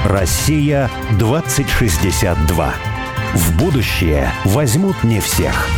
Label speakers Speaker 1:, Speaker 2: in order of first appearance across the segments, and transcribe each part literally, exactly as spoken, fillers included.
Speaker 1: Россия двадцать шестьдесят два. В будущее возьмут не всех.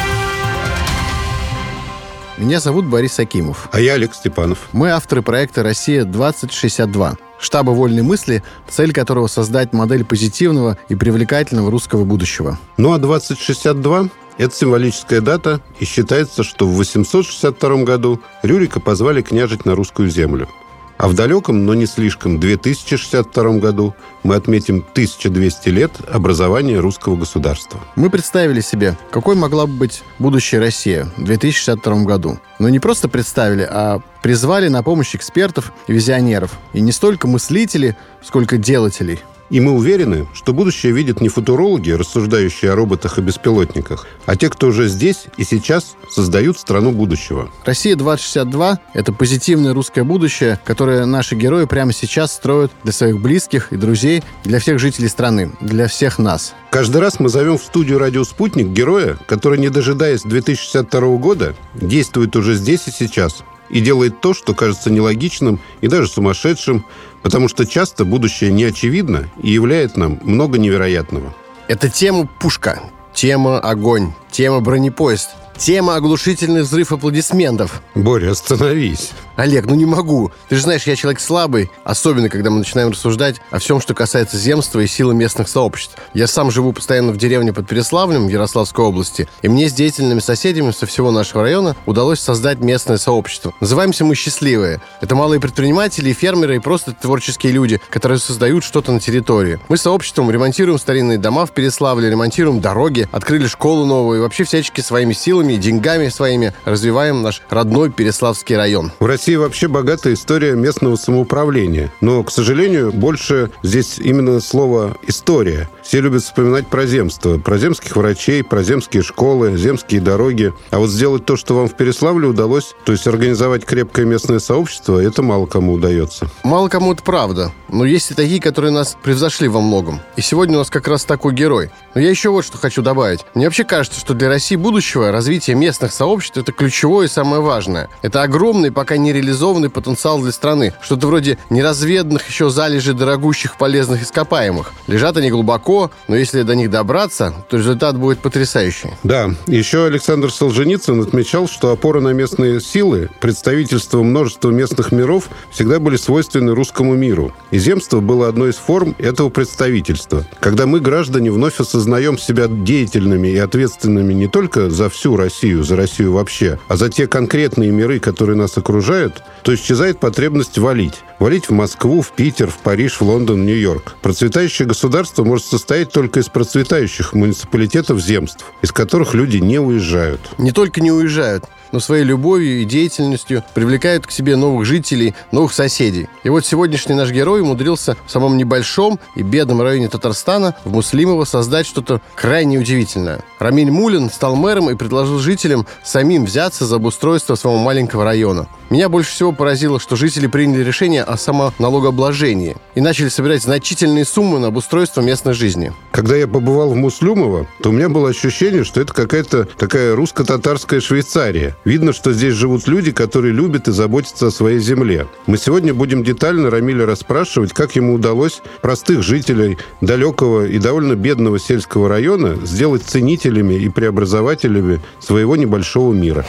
Speaker 2: Меня зовут Борис Акимов.
Speaker 3: А я Олег Степанов.
Speaker 2: Мы авторы проекта «Россия двадцать шестьдесят два», штаба вольной мысли, цель которого создать модель позитивного и привлекательного русского будущего.
Speaker 3: Ну а двадцать шестьдесят два – это символическая дата, и считается, что в восемьсот шестьдесят втором году Рюрика позвали княжить на русскую землю. А в далеком, но не слишком, две тысячи шестьдесят втором году мы отметим тысяча двести лет образования русского государства.
Speaker 2: Мы представили себе, какой могла бы быть будущая Россия в две тысячи шестьдесят втором году. Но не просто представили, а призвали на помощь экспертов и визионеров. И не столько мыслителей, сколько делателей.
Speaker 3: И мы уверены, что будущее видят не футурологи, рассуждающие о роботах и беспилотниках, а те, кто уже здесь и сейчас создают страну будущего.
Speaker 2: «Россия двадцать шестьдесят два» — это позитивное русское будущее, которое наши герои прямо сейчас строят для своих близких и друзей, для всех жителей страны, для всех нас.
Speaker 3: Каждый раз мы зовем в студию «Радио Спутник» героя, который, не дожидаясь две тысячи шестьдесят второго года, действует уже здесь и сейчас и делает то, что кажется нелогичным и даже сумасшедшим, потому что часто будущее не очевидно и являет нам много невероятного.
Speaker 2: Это тема «Пушка», тема «Огонь», тема «Бронепоезд», тема «Оглушительный взрыв аплодисментов».
Speaker 3: Боря, остановись.
Speaker 2: Олег, ну не могу. Ты же знаешь, я человек слабый, особенно когда мы начинаем рассуждать о всем, что касается земства и силы местных сообществ. Я сам живу постоянно в деревне под Переславлем в Ярославской области, и мне с деятельными соседями со всего нашего района удалось создать местное сообщество. Называемся мы «Счастливые». Это малые предприниматели и фермеры, и просто творческие люди, которые создают что-то на территории. Мы сообществом ремонтируем старинные дома в Переславле, ремонтируем дороги, открыли школу новую и вообще всячески своими силами и деньгами своими развиваем наш родной Переславский район.
Speaker 3: В России вообще богатая история местного самоуправления. Но, к сожалению, больше здесь именно слово «история». Все любят вспоминать про земство, про земских врачей, про земские школы, земские дороги. А вот сделать то, что вам в Переславле удалось, то есть организовать крепкое местное сообщество, это мало кому удается.
Speaker 2: Мало кому это правда. Но есть и такие, которые нас превзошли во многом. И сегодня у нас как раз такой герой. Но я еще вот что хочу добавить. Мне вообще кажется, что для России будущего развитие местных сообществ – это ключевое и самое важное. Это огромный, пока не реализованный потенциал для страны. Что-то вроде неразведанных еще залежей дорогущих полезных ископаемых. Лежат они глубоко, но если до них добраться, то результат будет потрясающий.
Speaker 3: Да, еще Александр Солженицын отмечал, что опора на местные силы, представительство множества местных миров всегда были свойственны русскому миру. И земство было одной из форм этого представительства. Когда мы, граждане, вновь осознаем себя деятельными и ответственными не только за всю Россию, за Россию вообще, а за те конкретные миры, которые нас окружают, то исчезает потребность валить. Валить в Москву, в Питер, в Париж, в Лондон, в Нью-Йорк. Процветающее государство может состоять только из процветающих муниципалитетов земств, из которых люди не уезжают.
Speaker 2: Не только не уезжают, но своей любовью и деятельностью привлекают к себе новых жителей, новых соседей. И вот сегодняшний наш герой умудрился в самом небольшом и бедном районе Татарстана, в Муслимово, создать что-то крайне удивительное. Рамиль Мулин стал мэром и предложил жителям самим взяться за обустройство своего маленького района. Меня больше всего поразило, что жители приняли решение о самоналогообложении и начали собирать значительные суммы на обустройство местной жизни.
Speaker 3: Когда я побывал в Муслимово, то у меня было ощущение, что это какая-то такая русско-татарская Швейцария. Видно, что здесь живут люди, которые любят и заботятся о своей земле. Мы сегодня будем детально Рамиля расспрашивать, как ему удалось простых жителей далекого и довольно бедного сельского района сделать ценителями и преобразователями своего небольшого мира.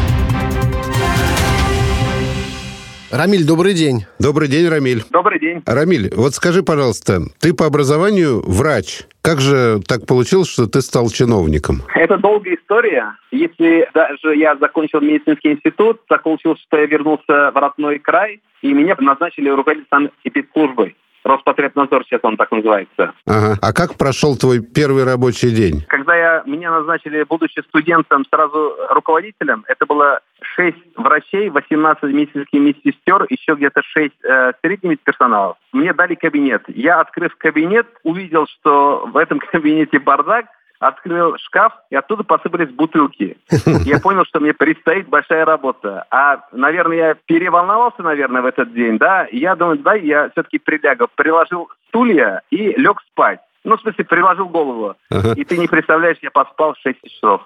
Speaker 2: Рамиль, добрый день.
Speaker 3: Добрый день, Рамиль.
Speaker 4: Добрый день.
Speaker 3: Рамиль, вот скажи, пожалуйста, ты по образованию врач. Как же так получилось, что ты стал чиновником?
Speaker 4: Это долгая история. Если даже я закончил медицинский институт, так получилось, что я вернулся в родной край, и меня назначили руководителем эпидслужбы. Роспотребнадзор, сейчас он так называется.
Speaker 3: Ага. А как прошел твой первый рабочий день?
Speaker 4: Когда я, меня назначили, будучи студентом, сразу руководителем, это было шесть врачей, восемнадцать медицинских медсестер, еще где-то шесть э, среднего персонала. Мне дали кабинет. Я, открыв кабинет, увидел, что в этом кабинете бардак, открыл шкаф, и оттуда посыпались бутылки. Я понял, что мне предстоит большая работа. А, наверное, я переволновался, наверное, в этот день, да. Я думаю, да, я все-таки прилягу. Приложил стулья и лег спать. Ну, в смысле, приложил голову. Ага. И ты не представляешь, я поспал шесть часов.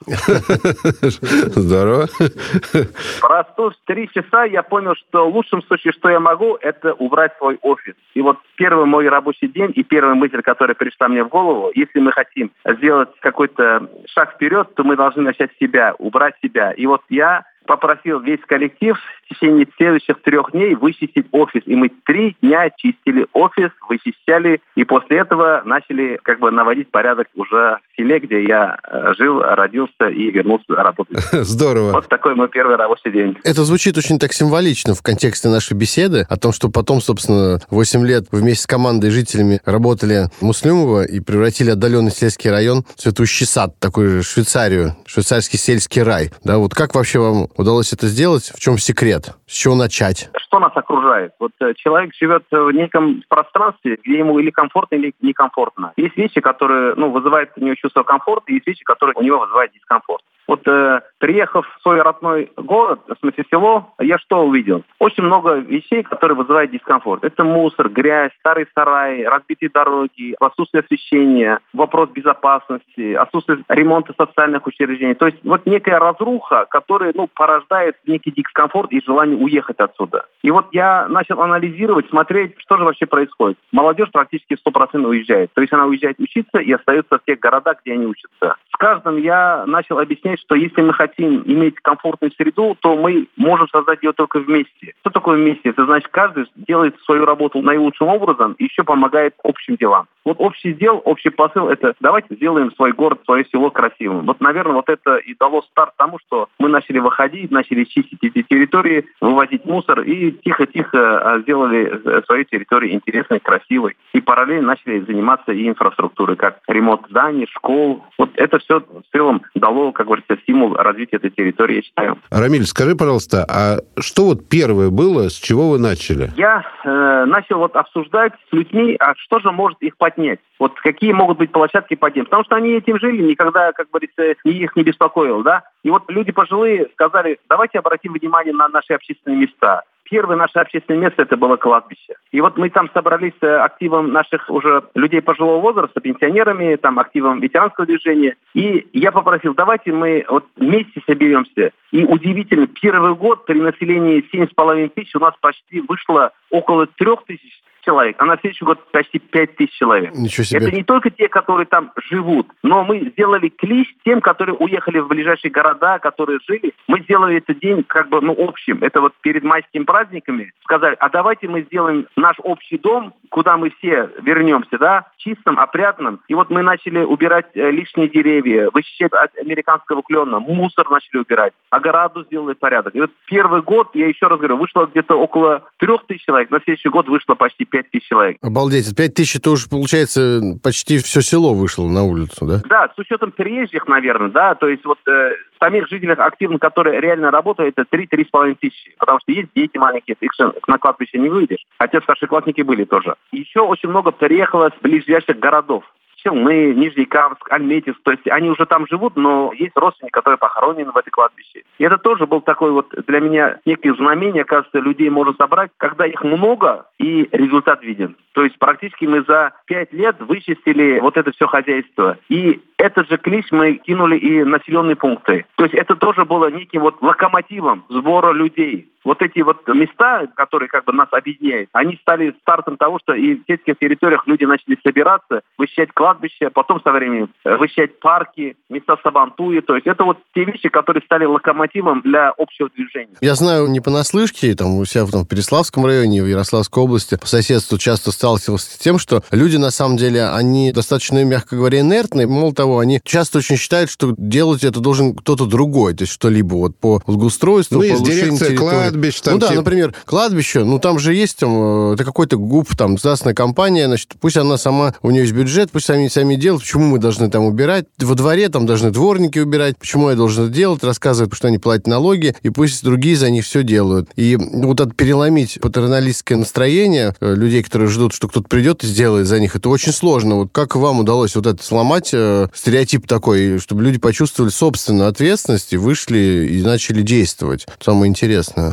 Speaker 3: Здорово.
Speaker 4: Проснувшись в три часа, я понял, что в лучшем случае, что я могу, это убрать свой офис. И вот первый мой рабочий день и первая мысль, которая пришла мне в голову, если мы хотим сделать какой-то шаг вперед, то мы должны начать с себя, убрать себя. И вот я попросил весь коллектив в течение следующих трех дней вычистить офис. И мы три дня чистили офис, вычищали, и после этого начали как бы наводить порядок уже в селе, где я жил, родился и вернулся работать.
Speaker 3: Здорово.
Speaker 4: Вот такой мой первый рабочий день.
Speaker 2: Это звучит очень так символично в контексте нашей беседы о том, что потом, собственно, восемь лет вместе с командой и жителями работали в Муслюмово и превратили отдаленный сельский район в цветущий сад, такой Швейцарию, швейцарский сельский рай. Да, вот как вообще вам удалось это сделать? В чем секрет? С чего начать?
Speaker 4: Что нас окружает? Вот человек живет в неком пространстве, где ему или комфортно, или некомфортно. Есть вещи, которые ну, вызывают у него чувство комфорта, и есть вещи, которые у него вызывают дискомфорт. Вот э, приехав в свой родной город, в смысле село, я что увидел? Очень много вещей, которые вызывают дискомфорт. Это мусор, грязь, старые сараи, разбитые дороги, отсутствие освещения, вопрос безопасности, отсутствие ремонта социальных учреждений. То есть вот некая разруха, которая ну, порождает некий дискомфорт и желание уехать отсюда. И вот я начал анализировать, смотреть, что же вообще происходит. Молодежь практически сто процентов уезжает. То есть она уезжает учиться и остается в тех городах, где они учатся. С каждым я начал объяснять, что если мы хотим иметь комфортную среду, то мы можем создать ее только вместе. Что такое вместе? Это значит, каждый делает свою работу наилучшим образом и еще помогает общим делам. Вот общий дел, общий посыл – это давайте сделаем свой город, свое село красивым. Вот, наверное, вот это и дало старт тому, что мы начали выходить, начали чистить эти территории, вывозить мусор и тихо-тихо сделали свою территорию интересной, красивой. И параллельно начали заниматься и инфраструктурой, как ремонт зданий, школ. Вот это все в целом дало, как говорится, стимул развития этой территории, я считаю.
Speaker 3: Рамиль, скажи, пожалуйста, а что вот первое было, с чего вы начали?
Speaker 4: Я э, начал вот обсуждать с людьми, а что же может их поднять? Вот какие могут быть площадки поднять? Потому что они этим жили, никогда, как говорится, их не беспокоил, да? И вот люди пожилые сказали, давайте обратим внимание на наши общественные места. Первое наше общественное место – это было кладбище. И вот мы там собрались с активом наших уже людей пожилого возраста, пенсионерами, там активом ветеранского движения. И я попросил, давайте мы вот вместе соберемся. И удивительно, первый год при населении семь с половиной тысяч у нас почти вышло около трех тысяч человек, а на следующий год почти пять тысяч человек.
Speaker 2: Ничего себе.
Speaker 4: Это не только те, которые там живут, но мы сделали клич тем, которые уехали в ближайшие города, которые жили. Мы сделали этот день как бы ну, общим. Это вот перед майскими праздниками сказали, а давайте мы сделаем наш общий дом, куда мы все вернемся, да, чистым, опрятным. И вот мы начали убирать лишние деревья, вычищать от американского клена, мусор начали убирать, огороду сделали порядок. И вот первый год, я еще раз говорю, вышло где-то около трех тысяч человек, на следующий год вышло почти пять тысяч человек.
Speaker 2: Обалдеть. пять тысяч, это уже, получается, почти все село вышло на улицу, да?
Speaker 4: Да, с учетом приезжих, наверное, да, то есть вот э, самих жителей активно, которые реально работают, это три-три с половиной тысячи, потому что есть дети маленькие, их на кладбище не выйдешь, хотя старшеклассники были тоже. Еще очень много приехало с ближайших городов. Челны, Нижнекамск, Альметьевск, то есть они уже там живут, но есть родственники, которые похоронены в этой кладбище. И это тоже был такой вот для меня некое знамение, кажется, людей можно собрать, когда их много и результат виден. То есть практически мы за пять лет вычистили вот это все хозяйство. И этот же клич мы кинули и населенные пункты. То есть это тоже было неким вот локомотивом сбора людей. Вот эти вот места, которые как бы нас объединяют, они стали стартом того, что и в сельских территориях люди начали собираться, вычищать кладбища, потом со временем вычищать парки, места сабантуи. То есть это вот те вещи, которые стали локомотивом для общего движения.
Speaker 2: Я знаю не понаслышке, там, у себя там, в Переславском районе, в Ярославской области по соседству часто сталкивался с тем, что люди, на самом деле, они достаточно, мягко говоря, инертные. Мало того, они часто очень считают, что делать это должен кто-то другой, то есть что-либо вот по благоустройству,
Speaker 3: ну,
Speaker 2: по
Speaker 3: есть
Speaker 2: улучшению
Speaker 3: дирекция
Speaker 2: территории.
Speaker 3: Кладбищ, там
Speaker 2: ну да,
Speaker 3: тип...
Speaker 2: например, кладбище, ну там же есть там, это какой-то ГУП, там, государственная компания, значит, пусть она сама, у нее есть бюджет, пусть сами сами делают, почему мы должны там убирать, во дворе там должны дворники убирать, почему я должен это делать, рассказывают, что они платят налоги, и пусть другие за них все делают. И вот это переломить патерналистское настроение людей, которые ждут, что кто-то придет и сделает за них, это очень сложно. Вот как вам удалось вот это сломать, э, стереотип такой, чтобы люди почувствовали собственную ответственность и вышли и начали действовать? Самое интересное.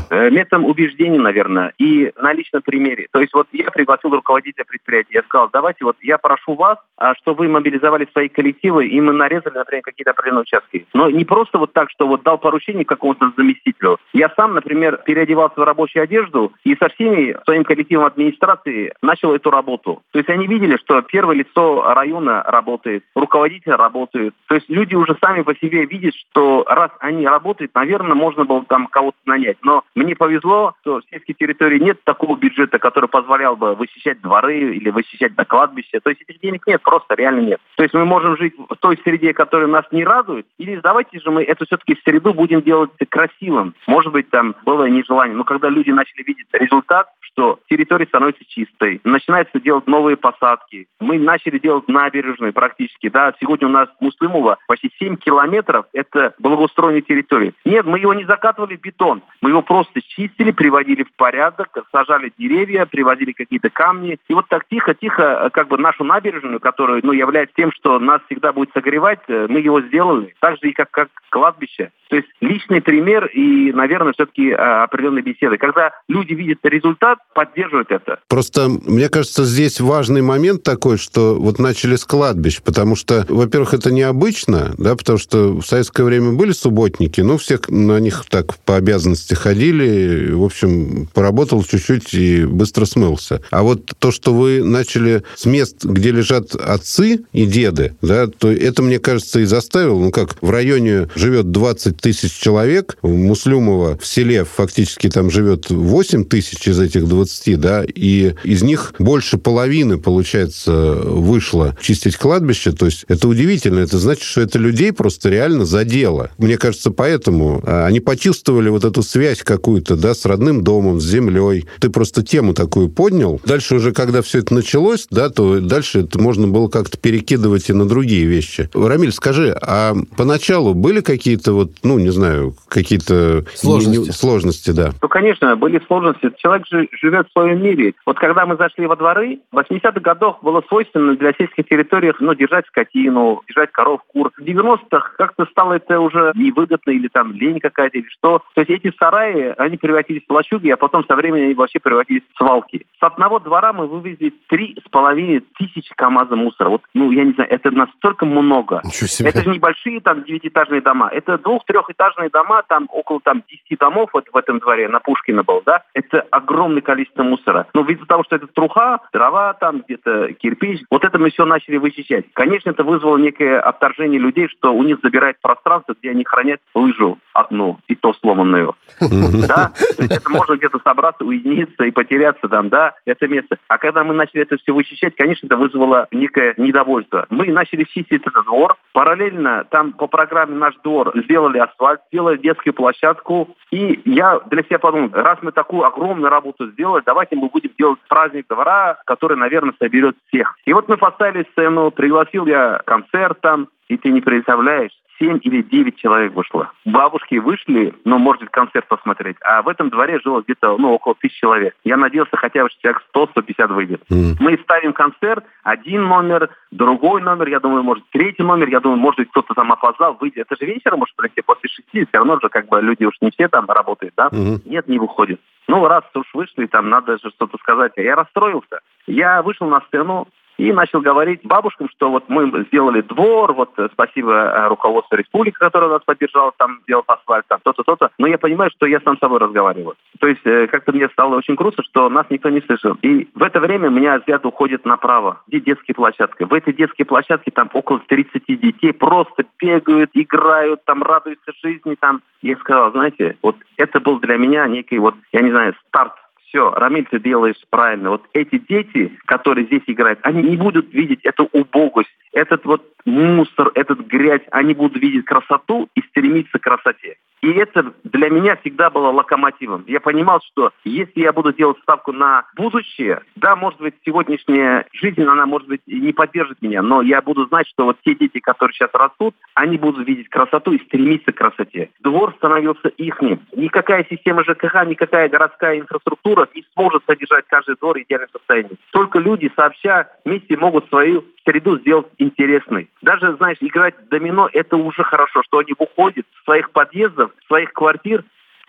Speaker 4: Э, методом убеждения, наверное, и на личном примере. То есть вот я пригласил руководителя предприятия, я сказал, давайте вот я прошу вас, а, чтобы вы мобилизовали свои коллективы, и мы нарезали, например, какие-то определенные участки. Но не просто вот так, что вот дал поручение какому-то заместителю. Я сам, например, переодевался в рабочую одежду и со всеми своим коллективом администрации начал эту работу. То есть они видели, что первое лицо района работает, руководитель работает. То есть люди уже сами по себе видят, что раз они работают, наверное, можно было там кого-то нанять. Но мне повезло, что в сельской территории нет такого бюджета, который позволял бы вычищать дворы или вычищать до кладбища. То есть этих денег нет, просто реально нет. То есть мы можем жить в той среде, которая нас не радует, или давайте же мы эту все-таки среду будем делать красивым. Может быть, там было нежелание, но когда люди начали видеть результат, что территория становится чистой, начинается делать новые посадки. Мы начали делать набережные практически. Да, сегодня у нас Муслимово почти семь километров – это благоустроенная территория. Нет, мы его не закатывали в бетон. Мы его просто чистили, приводили в порядок, сажали деревья, привозили какие-то камни. И вот так тихо-тихо, как бы нашу набережную, которая ну, является тем, что нас всегда будет согревать, мы его сделали. Так же и как, как кладбище. То есть личный пример и, наверное, все-таки определенные беседы. Когда люди видят результат, поддерживают это.
Speaker 3: Просто, мне кажется, здесь важный момент такой, что вот начали с кладбищ, потому что, во-первых, это необычно, да, потому что в советское время были субботники, ну, все на них так по обязанности ходили, в общем, поработал чуть-чуть и быстро смылся. А вот то, что вы начали с мест, где лежат отцы и деды, да, то это, мне кажется, и заставило, ну, как в районе живет двадцать тысяч человек, в Муслюмово в селе фактически там живет восемь тысяч из этих двадцати, да, и из них больше половины, получается, вышло чистить кладбище, то есть это удивительно, это значит, что это людей просто реально задело. Мне кажется, поэтому они почувствовали вот эту связь какую-то, да, с родным домом, с землей. Ты просто тему такую поднял. Дальше уже, когда все это началось, да, то дальше это можно было как-то перекидывать и на другие вещи. Рамиль, скажи, а поначалу были какие-то вот, ну, не знаю, какие-то
Speaker 2: сложности,
Speaker 3: не, сложности, да?
Speaker 4: Ну, конечно, были сложности. Человек же живет в своем мире. Вот когда мы зашли во дворы, в восьмидесятых годах было свойственно для сельских территорий, ну, держать скотину, держать коров, кур. В девяностых как-то стало это уже невыгодно, или там лень какая-то, или что. То есть эти сараи, они превратились в лачуги, а потом со временем они вообще превратились в свалки. С одного двора мы вывезли три с половиной тысячи КАМАЗа мусора. Вот, ну, я не знаю, это настолько много. Это же небольшие там девятиэтажные дома. Это двух-трехэтажные дома, там около там десяти домов вот в этом дворе, на Пушкина был, да? Это огромное количество мусора. Но из-за того, что это труха, дрова там, где-то кирпич, вот это мы все начали вычищать. Конечно, это вызвало некое отторжение людей, что у них забирает пространство, где они хранят лыжу одну, и то сломанную. Да? То есть это можно где-то собраться, уединиться и потеряться там, да, это место. А когда мы начали это все вычищать, конечно, это вызвало некое недовольство. Мы начали чистить этот двор. Параллельно там по программе «Наш двор» сделали асфальт, сделали детскую площадку. И я для себя подумал, раз мы такую огромную работу сделали, давайте мы будем делать праздник двора, который, наверное, соберет всех. И вот мы поставили сцену, пригласил я концерт там, и ты не представляешь, семь или девять человек вышло. Бабушки вышли, ну, может быть, концерт посмотреть, а в этом дворе жило где-то, ну, около тысячи человек. Я надеялся, хотя бы человек сто - сто пятьдесят выйдет. Mm. Мы ставим концерт, один номер, другой номер, я думаю, может, третий номер, я думаю, может быть, кто-то там опоздал, выйдет. Это же вечером, может, прийти после шести, все равно же, как бы, люди уж не все там работают, да? Mm-hmm. Нет, не выходит. Ну, раз уж вышли, там надо же что-то сказать. Я расстроился. Я вышел на сцену и начал говорить бабушкам, что вот мы сделали двор, вот спасибо руководству республики, которое нас поддержало, там делал асфальт, там то-то, то-то. Но я понимаю, что я сам с собой разговариваю. То есть как-то мне стало очень грустно, что нас никто не слышал. И в это время у меня взгляд уходит направо, где детские площадки. В этой детской площадке там около тридцати детей просто бегают, играют, там радуются жизни. Там. Я сказал, знаете, вот это был для меня некий, вот, я не знаю, старт. Все, Рамиль, ты делаешь правильно. Вот эти дети, которые здесь играют, они не будут видеть эту убогость, этот вот мусор, этот грязь. Они будут видеть красоту и стремиться к красоте. И это для меня всегда было локомотивом. Я понимал, что если я буду делать ставку на будущее, да, может быть, сегодняшняя жизнь, она, может быть, не поддержит меня, но я буду знать, что вот те дети, которые сейчас растут, они будут видеть красоту и стремиться к красоте. Двор становился ихним. Никакая система ЖКХ, никакая городская инфраструктура не сможет содержать каждый двор в идеальном состоянии. Только люди сообща вместе могут свою среду сделать интересной. Даже, знаешь, играть в домино – это уже хорошо, что они выходят из своих подъездов, своих квартир,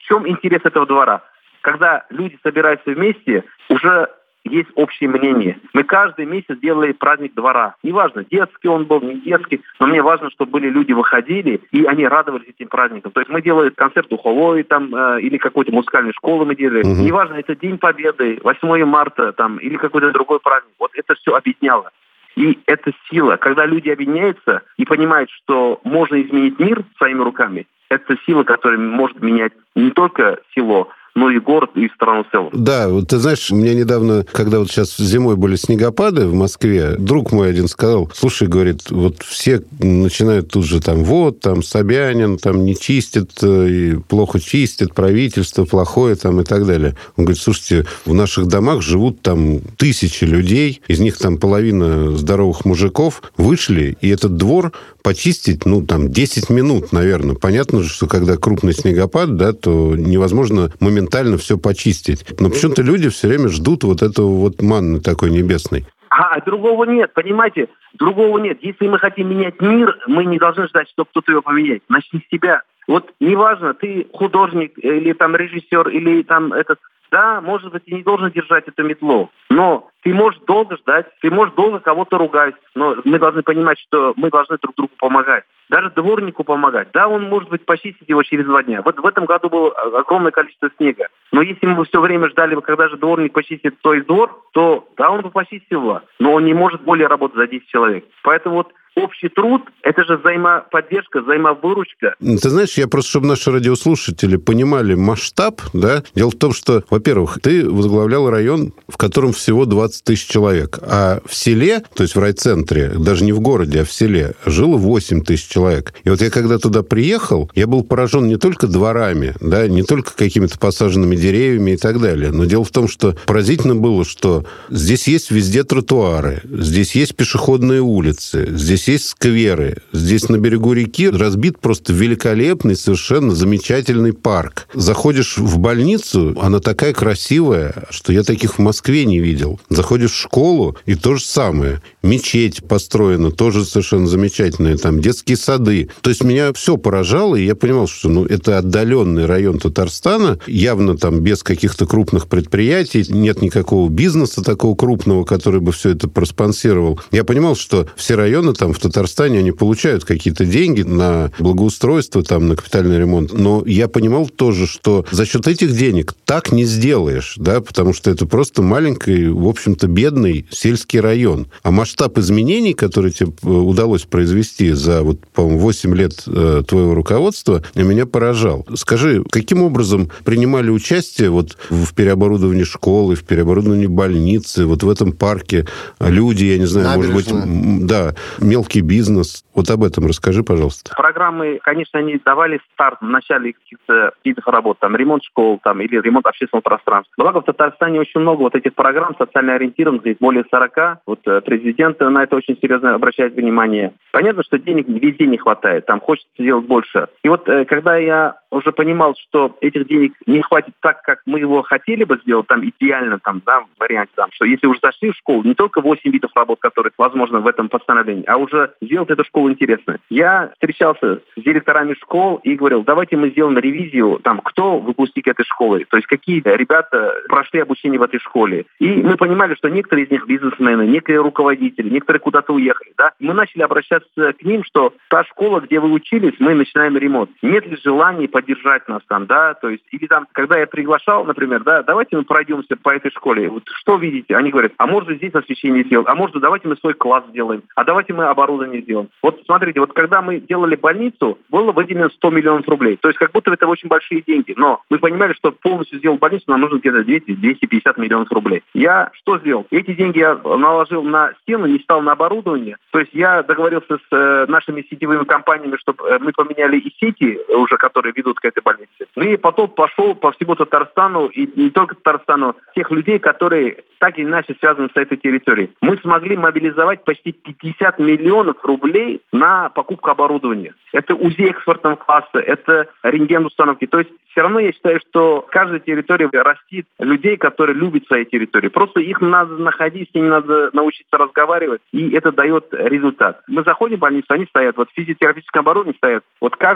Speaker 4: чем интерес этого двора? Когда люди собираются вместе, уже есть общее мнение. Мы каждый месяц делали праздник двора. Неважно, детский он был, не детский, но мне важно, чтобы были люди выходили, и они радовались этим праздникам. То есть мы делали концерт духовой там, э, или какой-то музыкальной школы мы делали. Угу. Неважно, это День Победы, восьмое марта там, или какой-то другой праздник. Вот это все объединяло. И это сила. Когда люди объединяются и понимают, что можно изменить мир своими руками, это сила, которая может менять не только село, но и город, и страну в целом.
Speaker 3: Да, вот ты знаешь, у меня недавно, когда вот сейчас зимой были снегопады в Москве, друг мой один сказал, слушай, говорит, вот все начинают тут же там, вот, там, Собянин, там, не чистит, и плохо чистит, правительство плохое, там, и так далее. Он говорит, слушайте, в наших домах живут там тысячи людей, из них там половина здоровых мужиков, вышли, и этот двор почистить, ну, там, десять минут, наверное. Понятно же, что когда крупный снегопад, да, то невозможно моментально все почистить. Но почему-то люди все время ждут вот этого вот манны такой небесной.
Speaker 4: А, другого нет, понимаете? Другого нет. Если мы хотим менять мир, мы не должны ждать, что кто-то его поменяет. Начни с себя. Вот неважно, ты художник или там режиссер, или там этот... Да, может быть, ты не должен держать эту метлу, но ты можешь долго ждать, ты можешь долго кого-то ругать, но мы должны понимать, что мы должны друг другу помогать. Даже дворнику помогать. Да, он может быть почистить его через два дня. Вот в этом году было огромное количество снега. Но если мы все время ждали, когда же дворник почистит свой двор, то да, он бы почистил его, но он не может более работать за десять человек. Поэтому вот общий труд – это же взаимоподдержка, взаимовыручка.
Speaker 3: Ты знаешь, я просто, чтобы наши радиослушатели понимали масштаб, да, дело в том, что, во-первых, ты возглавлял район, в котором всего двадцать тысяч человек, а в селе, то есть в райцентре, даже не в городе, а в селе, жило восемь тысяч человек. И вот я когда туда приехал, я был поражен не только дворами, да, не только какими-то посаженными деревьями и так далее, но дело в том, что поразительно было, что здесь есть везде тротуары, здесь есть пешеходные улицы, здесь есть скверы. Здесь на берегу реки разбит просто великолепный, совершенно замечательный парк. Заходишь в больницу, она такая красивая, что я таких в Москве не видел. Заходишь в школу, и то же самое. Мечеть построена, тоже совершенно замечательная. Там детские сады. То есть меня все поражало, и я понимал, что ну, это отдаленный район Татарстана, явно там без каких-то крупных предприятий, нет никакого бизнеса такого крупного, который бы все это проспонсировал. Я понимал, что все районы там в Татарстане, они получают какие-то деньги на благоустройство, там, на капитальный ремонт. Но я понимал тоже, что за счет этих денег так не сделаешь, да, потому что это просто маленький, в общем-то, бедный сельский район. А масштаб изменений, которые тебе удалось произвести за, вот, по-моему, восемь лет э, твоего руководства, меня поражал. Скажи, каким образом принимали участие вот в переоборудовании школы, в переоборудовании больницы, вот в этом парке люди, я не знаю,
Speaker 2: Набережная.
Speaker 3: Может быть, да, мелкий бизнес. Вот об этом расскажи, пожалуйста.
Speaker 4: Программы, конечно, они давали старт в начале каких-то видов работ, там, ремонт школ, там, или ремонт общественного пространства. Благо, в Татарстане очень много вот этих программ социально ориентированных, здесь более сорока. Вот президент на это очень серьезно обращает внимание. Понятно, что денег везде не хватает, там хочется сделать больше. И вот когда я уже понимал, что этих денег не хватит так, как мы его хотели бы сделать, там, идеально, там, да, в варианте, там, что если уже зашли в школу, не только восемь видов работ, которые, возможно, в этом постановлении, а уже сделать эту школу интересной. Я встречался с директорами школ и говорил, давайте мы сделаем ревизию, там, кто выпускник этой школы, то есть какие ребята прошли обучение в этой школе. И мы понимали, что некоторые из них бизнесмены, некоторые руководители, некоторые куда-то уехали, да. Мы начали обращаться к ним, что та школа, где вы учились, мы начинаем ремонт. Нет ли желания поддержать нас там, да, то есть, или там, когда я приглашал, например, да, давайте мы пройдемся по этой школе, вот что видите? Они говорят, а может здесь освещение сделать, а может давайте мы свой класс сделаем, а давайте мы оборудование сделаем. Вот смотрите, вот когда мы делали больницу, было выделено сто миллионов рублей, то есть как будто это очень большие деньги, но мы понимали, что полностью сделать больницу нам нужно где-то двести - двести пятьдесят миллионов рублей. Я что сделал? Эти деньги я наложил на стену, не стал на оборудование, то есть я договорился с э, нашими сетевыми компаниями, чтобы э, мы поменяли и сети уже, которые ведут к этой больнице. Ну и потом пошел по всему Татарстану, и не только Татарстану, тех людей, которые так или иначе связаны с этой территорией. Мы смогли мобилизовать почти пятьдесят миллионов рублей на покупку оборудования. Это УЗИ экспортного класса, это рентген-установки. То есть все равно я считаю, что каждая территория растит людей, которые любят свои территории. Просто их надо находить, с ними надо научиться разговаривать, и это дает результат. Мы заходим в больницу, они стоят, вот физиотерапевтическое оборудование стоят. Вот каждый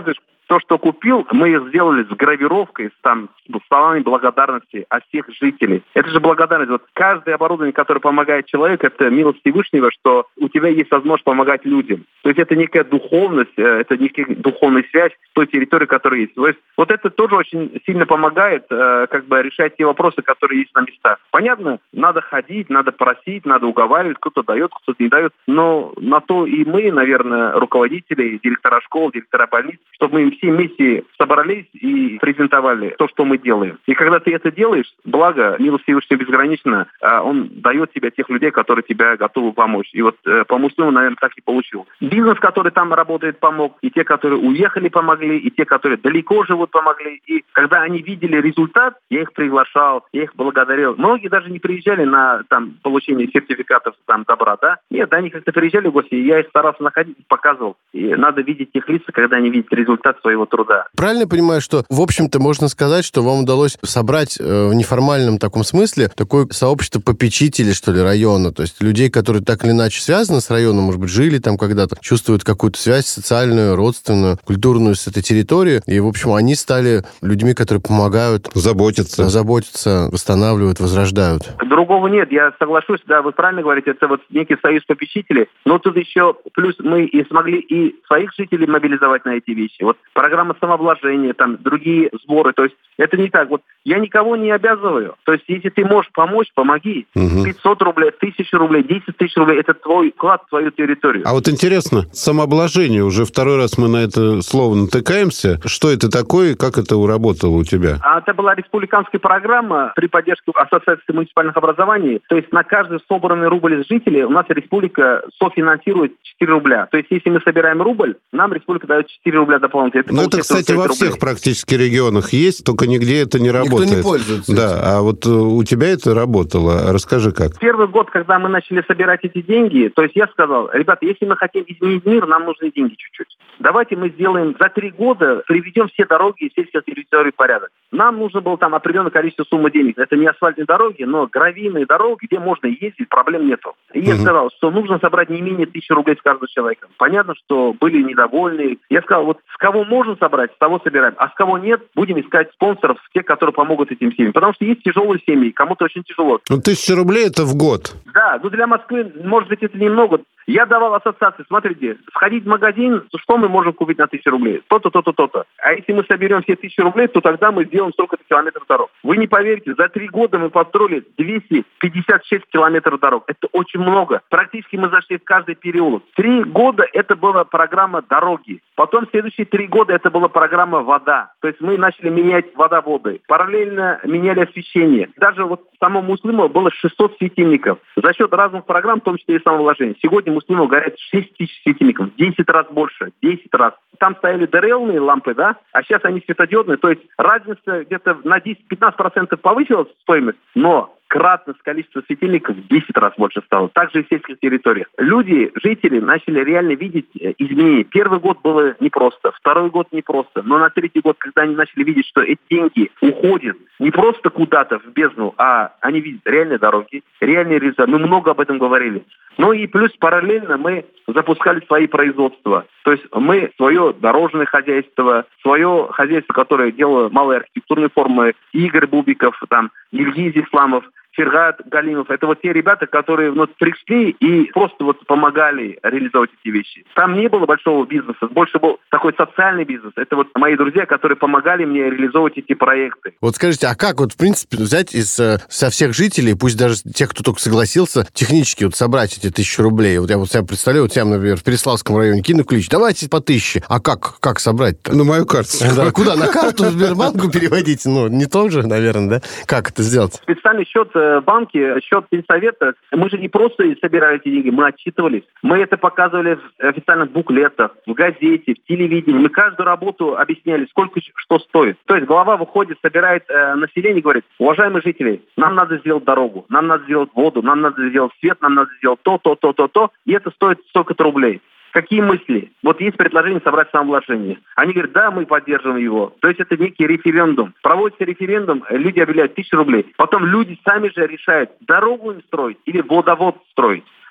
Speaker 4: То, что купил, мы их сделали с гравировкой, с, там, с словами благодарности от всех жителей. Это же благодарность. Вот каждое оборудование, которое помогает человеку, это милость Всевышнего, что у тебя есть возможность помогать людям. То есть это некая духовность, это некая духовная связь с той территорией, которая есть. То есть вот это тоже очень сильно помогает как бы решать те вопросы, которые есть на местах. Понятно, надо ходить, надо просить, надо уговаривать, кто-то дает, кто-то не дает. Но на то и мы, наверное, руководители, директора школ, директора больниц, чтобы мы все вместе собрались и презентовали то, что мы делаем. И когда ты это делаешь, благо, милость Всевышнего безгранична, он дает тебе тех людей, которые тебя готовы помочь. И вот по Муслиму, наверное, так и получил. Бизнес, который там работает, помог. И те, которые уехали, помогли. И те, которые далеко живут, помогли. И когда они видели результат, я их приглашал, я их благодарил. Многие даже не приезжали на там, получение сертификатов там, добра, да? Нет, они как-то приезжали в гости, и я их старался находить, показывал. И надо видеть их лица, когда они видят результат своего труда.
Speaker 2: Правильно я понимаю, что, в общем-то, можно сказать, что вам удалось собрать э, в неформальном таком смысле такое сообщество попечителей, что ли, района, то есть людей, которые так или иначе связаны с районом, может быть, жили там когда-то, чувствуют какую-то связь социальную, родственную, культурную с этой территорией, и, в общем, они стали людьми, которые помогают
Speaker 3: заботиться,
Speaker 2: заботиться, восстанавливают, возрождают.
Speaker 4: Другого нет, я соглашусь, да, вы правильно говорите, это вот некий союз попечителей, но тут еще плюс мы и смогли и своих жителей мобилизовать на эти вещи. Вот программа самовложения, там другие сборы, то есть это не так. Вот я никого не обязываю. То есть если ты можешь помочь, помоги. Угу. пятьсот рублей, тысяча рублей, десять тысяч рублей, это твой вклад в твою территорию.
Speaker 3: А вот интересно, самообложение, уже второй раз мы на это слово натыкаемся. Что это такое и как это работало у тебя?
Speaker 4: А это была республиканская программа при поддержке Ассоциации муниципальных образований. То есть на каждый собранный рубль из жителей у нас республика софинансирует четыре рубля. То есть если мы собираем рубль, нам республика дает четыре рубля дополнительно.
Speaker 3: Ну это, кстати, во всех рублей. Практически регионах есть, только нигде это не работает.
Speaker 2: Никто не пользуется.
Speaker 3: Да, а вот у тебя это работало. Расскажи, как.
Speaker 4: Первый год, когда мы начали собирать эти деньги, то есть я сказал, ребята, если мы хотим изменить мир, нам нужны деньги чуть-чуть. Давайте мы сделаем за три года, приведем все дороги и сельские территории в порядок. Нам нужно было там определенное количество суммы денег. Это не асфальтные дороги, но гравийные дороги, где можно ездить, проблем нету. И я угу. сказал, что нужно собрать не менее тысячи рублей с каждого человека. Понятно, что были недовольны. Я сказал, вот с кого можно собрать, с того собираем. А с кого нет, будем искать спонсоров, тех, которые помогут этим семьям. Потому что есть тяжелые семьи, кому-то очень тяжело.
Speaker 3: Ну, тысяча рублей это в год.
Speaker 4: Да, ну для Москвы, может быть, это немного. Я давал ассоциации, смотрите, сходить в магазин, что мы можем купить на тысячу рублей? То-то, то-то, то-то. А если мы соберем все тысячи рублей, то тогда мы сделаем столько-то километров дорог. Вы не поверите, за три года мы построили двести пятьдесят шесть километров дорог. Это очень много. Практически мы зашли в каждый переулок. Три года это была программа дороги. Потом следующие три года это была программа вода. То есть мы начали менять водоводы. Параллельно меняли освещение. Даже вот в самом Муслимово было шестьсот светильников. За счет разных программ, в том числе и самовложений. Сегодня в Муслимово горят шесть тысяч светильников. десять раз больше. десять раз. Там стояли ДРЛные лампы, да? А сейчас они светодиодные. То есть разница где-то на десять-пятнадцать процентов повысилась стоимость, но кратность количества светильников в десять раз больше стало. Также и в сельских территориях. Люди, жители начали реально видеть изменения. Первый год было непросто, второй год непросто, но на третий год, когда они начали видеть, что эти деньги уходят не просто куда-то в бездну, а они видят реальные дороги, реальные результаты. Мы много об этом говорили. Ну и плюс параллельно мы запускали свои производства. То есть мы свое дорожное хозяйство, свое хозяйство, которое делало малые архитектурные формы, Игорь Бубиков, там, Ильгиз Исламов, Фергат Галимов. Это вот те ребята, которые вот пришли и просто вот помогали реализовать эти вещи. Там не было большого бизнеса, больше был такой социальный бизнес. Это вот мои друзья, которые помогали мне реализовывать эти проекты.
Speaker 2: Вот скажите, а как вот в принципе взять из, со всех жителей, пусть даже тех, кто только согласился, технически вот собрать эти тысячи рублей? Вот я вот себя представляю, вот я, например, в Переславском районе кину клич, давайте по тысяче. А как, как собрать-то?
Speaker 3: На мою карту.
Speaker 2: Да, куда? На карту Сбербанку переводить? Ну, не то же, наверное, да? Как это сделать?
Speaker 4: Специальный счет банки, счет пенсовета. Мы же не просто собирали эти деньги, мы отчитывались. Мы это показывали в официальных буклетах, в газете, в телевидении. Мы каждую работу объясняли, сколько что стоит. То есть глава выходит, собирает э, население и говорит, уважаемые жители, нам надо сделать дорогу, нам надо сделать воду, нам надо сделать свет, нам надо сделать то, то, то, то, то, и это стоит столько-то рублей. Какие мысли? Вот есть предложение собрать самовложение. Они говорят, да, мы поддерживаем его. То есть это некий референдум. Проводится референдум, люди объявляют тысячу рублей. Потом люди сами же решают, дорогу им строить или водовод строить.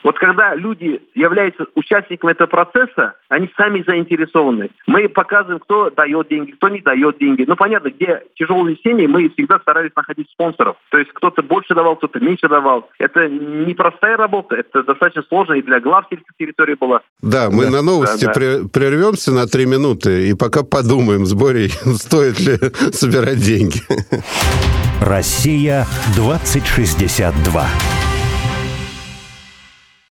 Speaker 4: Вот когда люди являются участниками этого процесса, они сами заинтересованы. Мы показываем, кто дает деньги, кто не дает деньги. Ну, понятно, где тяжелые семьи, мы всегда старались находить спонсоров. То есть кто-то больше давал, кто-то меньше давал. Это непростая работа, это достаточно сложно и для глав сельских территорий было.
Speaker 3: Да, мы
Speaker 4: да,
Speaker 3: на новости
Speaker 4: да, да.
Speaker 3: прервемся на три минуты и пока подумаем с Борей, стоит ли собирать деньги.
Speaker 1: Россия двадцать шестьдесят два.